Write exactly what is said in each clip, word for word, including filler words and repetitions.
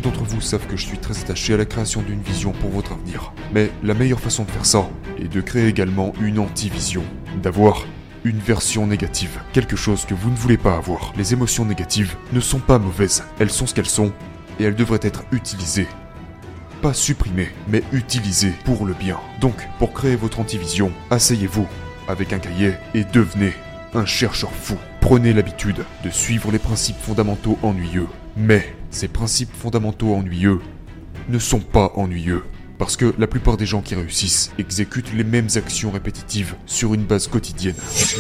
d'entre vous savent que je suis très attaché à la création d'une vision pour votre avenir. Mais la meilleure façon de faire ça est de créer également une anti-vision, d'avoir une version négative, quelque chose que vous ne voulez pas avoir. Les émotions négatives ne sont pas mauvaises, elles sont ce qu'elles sont et elles devraient être utilisées. Pas supprimées, mais utilisées pour le bien. Donc, pour créer votre anti-vision, asseyez-vous avec un cahier et devenez un chercheur fou. Prenez l'habitude de suivre les principes fondamentaux ennuyeux. Mais ces principes fondamentaux ennuyeux ne sont pas ennuyeux. Parce que la plupart des gens qui réussissent exécutent les mêmes actions répétitives sur une base quotidienne.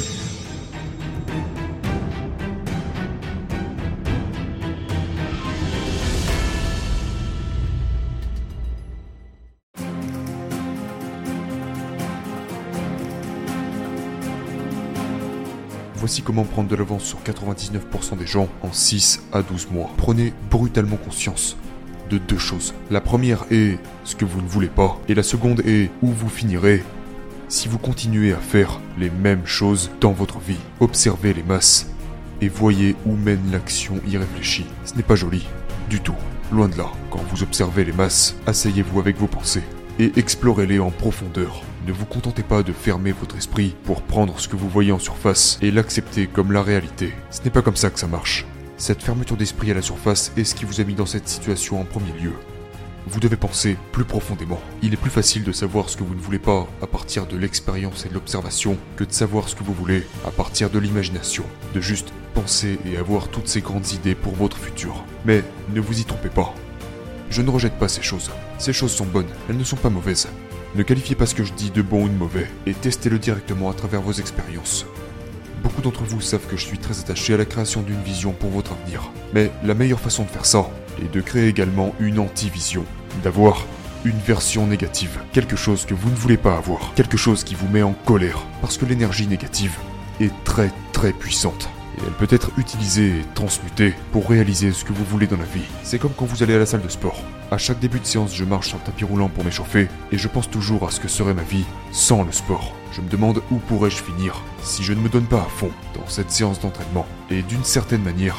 Voici comment prendre de l'avance sur quatre-vingt-dix-neuf pour cent des gens en six à douze mois. Prenez brutalement conscience de deux choses. La première est ce que vous ne voulez pas, et la seconde est où vous finirez si vous continuez à faire les mêmes choses dans votre vie. Observez les masses et voyez où mène l'action irréfléchie. Ce n'est pas joli du tout, loin de là. Quand vous observez les masses, asseyez-vous avec vos pensées et explorez-les en profondeur. Ne vous contentez pas de fermer votre esprit pour prendre ce que vous voyez en surface et l'accepter comme la réalité. Ce n'est pas comme ça que ça marche. Cette fermeture d'esprit à la surface est ce qui vous a mis dans cette situation en premier lieu. Vous devez penser plus profondément. Il est plus facile de savoir ce que vous ne voulez pas à partir de l'expérience et de l'observation que de savoir ce que vous voulez à partir de l'imagination. De juste penser et avoir toutes ces grandes idées pour votre futur. Mais ne vous y trompez pas. Je ne rejette pas ces choses. Ces choses sont bonnes, elles ne sont pas mauvaises. Ne qualifiez pas ce que je dis de bon ou de mauvais et testez-le directement à travers vos expériences. Beaucoup d'entre vous savent que je suis très attaché à la création d'une vision pour votre avenir. Mais la meilleure façon de faire ça est de créer également une anti-vision, d'avoir une version négative, quelque chose que vous ne voulez pas avoir, quelque chose qui vous met en colère, parce que l'énergie négative est très très puissante. Et elle peut être utilisée et transmutée pour réaliser ce que vous voulez dans la vie. C'est comme quand vous allez à la salle de sport. À chaque début de séance, je marche sur le tapis roulant pour m'échauffer et je pense toujours à ce que serait ma vie sans le sport. Je me demande où pourrais-je finir si je ne me donne pas à fond dans cette séance d'entraînement. Et d'une certaine manière,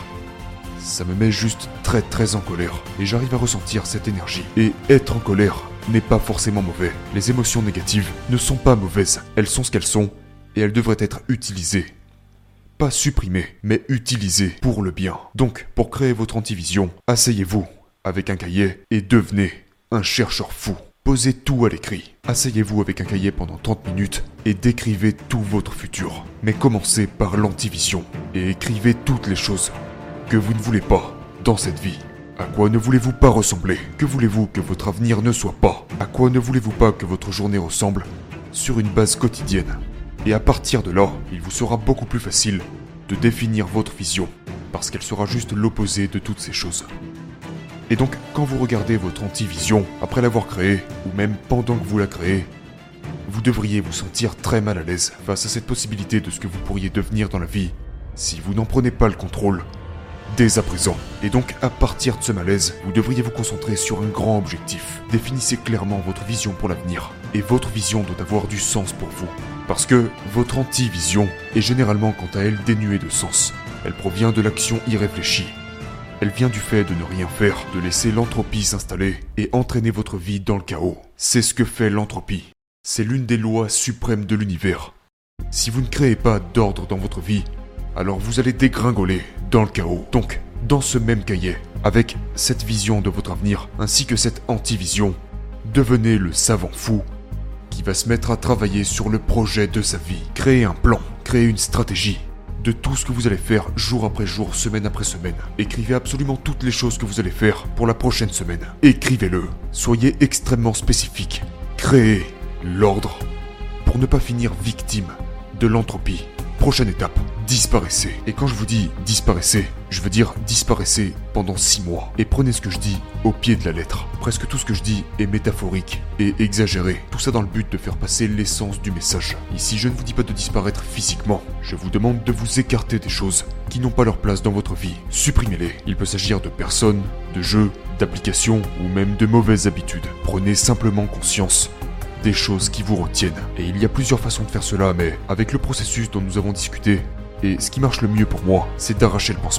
ça me met juste très très en colère et j'arrive à ressentir cette énergie. Et être en colère n'est pas forcément mauvais. Les émotions négatives ne sont pas mauvaises. Elles sont ce qu'elles sont et elles devraient être utilisées. Pas supprimées, mais utilisées pour le bien. Donc, pour créer votre anti-vision, asseyez-vous avec un cahier et devenez un chercheur fou. Posez tout à l'écrit. Asseyez-vous avec un cahier pendant trente minutes et décrivez tout votre futur. Mais commencez par l'anti-vision et écrivez toutes les choses que vous ne voulez pas dans cette vie. À quoi ne voulez-vous pas ressembler? Que voulez-vous que votre avenir ne soit pas? À quoi ne voulez-vous pas que votre journée ressemble sur une base quotidienne? Et à partir de là, il vous sera beaucoup plus facile de définir votre vision, parce qu'elle sera juste l'opposé de toutes ces choses. Et donc, quand vous regardez votre anti-vision, après l'avoir créée, ou même pendant que vous la créez, vous devriez vous sentir très mal à l'aise face à cette possibilité de ce que vous pourriez devenir dans la vie, si vous n'en prenez pas le contrôle dès à présent. Et donc, à partir de ce malaise, vous devriez vous concentrer sur un grand objectif. Définissez clairement votre vision pour l'avenir, et votre vision doit avoir du sens pour vous. Parce que votre anti-vision est généralement quant à elle dénuée de sens. Elle provient de l'action irréfléchie. Elle vient du fait de ne rien faire, de laisser l'entropie s'installer et entraîner votre vie dans le chaos. C'est ce que fait l'entropie. C'est l'une des lois suprêmes de l'univers. Si vous ne créez pas d'ordre dans votre vie, alors vous allez dégringoler dans le chaos. Donc, dans ce même cahier, avec cette vision de votre avenir, ainsi que cette anti-vision, devenez le savant fou qui va se mettre à travailler sur le projet de sa vie. Créez un plan, créez une stratégie de tout ce que vous allez faire jour après jour, semaine après semaine. Écrivez absolument toutes les choses que vous allez faire pour la prochaine semaine. Écrivez-le. Soyez extrêmement spécifique. Créez l'ordre pour ne pas finir victime de l'entropie. Prochaine étape, disparaissez. Et quand je vous dis disparaissez, je veux dire disparaissez pendant six mois. Et prenez ce que je dis au pied de la lettre. Presque tout ce que je dis est métaphorique et exagéré. Tout ça dans le but de faire passer l'essence du message. Ici, je ne vous dis pas de disparaître physiquement. Je vous demande de vous écarter des choses qui n'ont pas leur place dans votre vie. Supprimez-les. Il peut s'agir de personnes, de jeux, d'applications ou même de mauvaises habitudes. Prenez simplement conscience des choses qui vous retiennent. Et il y a plusieurs façons de faire cela, mais avec le processus dont nous avons discuté, et ce qui marche le mieux pour moi, c'est d'arracher le pansement.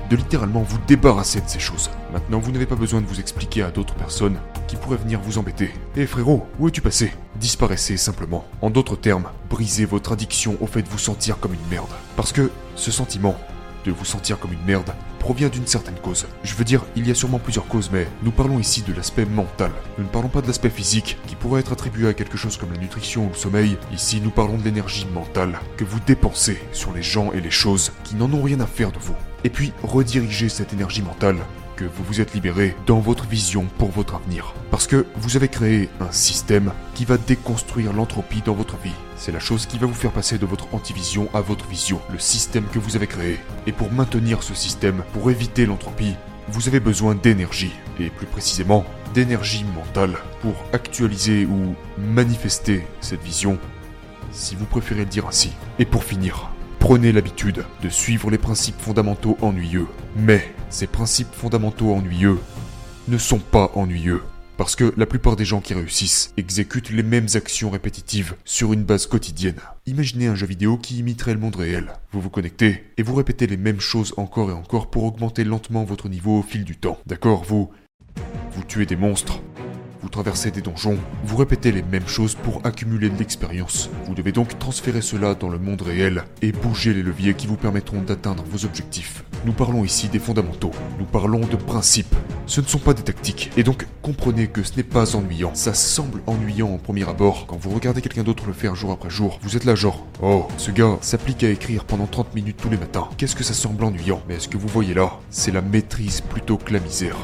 de littéralement vous débarrasser de ces choses. Maintenant, vous n'avez pas besoin de vous expliquer à d'autres personnes qui pourraient venir vous embêter. Eh frérot, où es-tu passé? Disparaissez simplement. En d'autres termes, brisez votre addiction au fait de vous sentir comme une merde. Parce que ce sentiment de vous sentir comme une merde provient d'une certaine cause. Je veux dire, il y a sûrement plusieurs causes, mais nous parlons ici de l'aspect mental. Nous ne parlons pas de l'aspect physique, qui pourrait être attribué à quelque chose comme la nutrition ou le sommeil. Ici, nous parlons de l'énergie mentale que vous dépensez sur les gens et les choses qui n'en ont rien à faire de vous. Et puis, redirigez cette énergie mentale que vous vous êtes libéré dans votre vision pour votre avenir. Parce que vous avez créé un système qui va déconstruire l'entropie dans votre vie. C'est la chose qui va vous faire passer de votre antivision à votre vision, le système que vous avez créé. Et pour maintenir ce système, pour éviter l'entropie, vous avez besoin d'énergie, et plus précisément d'énergie mentale, pour actualiser ou manifester cette vision, si vous préférez le dire ainsi. Et pour finir, prenez l'habitude de suivre les principes fondamentaux ennuyeux. Mais ces principes fondamentaux ennuyeux ne sont pas ennuyeux. Parce que la plupart des gens qui réussissent exécutent les mêmes actions répétitives sur une base quotidienne. Imaginez un jeu vidéo qui imiterait le monde réel. Vous vous connectez et vous répétez les mêmes choses encore et encore pour augmenter lentement votre niveau au fil du temps. D'accord, vous... vous tuez des monstres. Vous traversez des donjons, vous répétez les mêmes choses pour accumuler de l'expérience. Vous devez donc transférer cela dans le monde réel et bouger les leviers qui vous permettront d'atteindre vos objectifs. Nous parlons ici des fondamentaux, nous parlons de principes. Ce ne sont pas des tactiques, et donc comprenez que ce n'est pas ennuyant. Ça semble ennuyant en premier abord. Quand vous regardez quelqu'un d'autre le faire jour après jour, vous êtes là genre « Oh, ce gars s'applique à écrire pendant trente minutes tous les matins. Qu'est-ce que ça semble ennuyant ?» Mais ce que vous voyez là, c'est la maîtrise plutôt que la misère.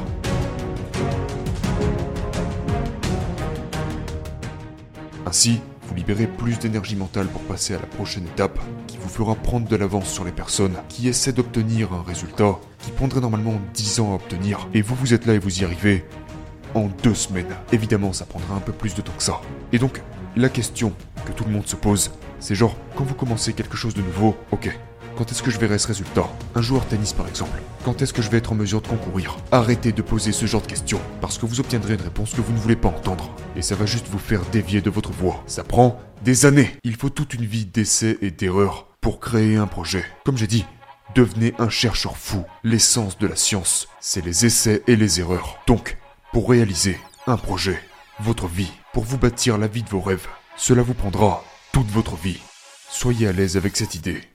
Ainsi, vous libérez plus d'énergie mentale pour passer à la prochaine étape, qui vous fera prendre de l'avance sur les personnes qui essaient d'obtenir un résultat qui prendrait normalement dix ans à obtenir, et vous vous êtes là et vous y arrivez en deux semaines. Évidemment, ça prendra un peu plus de temps que ça. Et donc, la question que tout le monde se pose, c'est genre, quand vous commencez quelque chose de nouveau, ok, quand est-ce que je verrai ce résultat? Un joueur de tennis par exemple. Quand est-ce que je vais être en mesure de concourir? Arrêtez de poser ce genre de questions, parce que vous obtiendrez une réponse que vous ne voulez pas entendre. Et ça va juste vous faire dévier de votre voie. Ça prend des années. Il faut toute une vie d'essais et d'erreurs pour créer un projet. Comme j'ai dit, devenez un chercheur fou. L'essence de la science, c'est les essais et les erreurs. Donc, pour réaliser un projet, votre vie, pour vous bâtir la vie de vos rêves, cela vous prendra toute votre vie. Soyez à l'aise avec cette idée.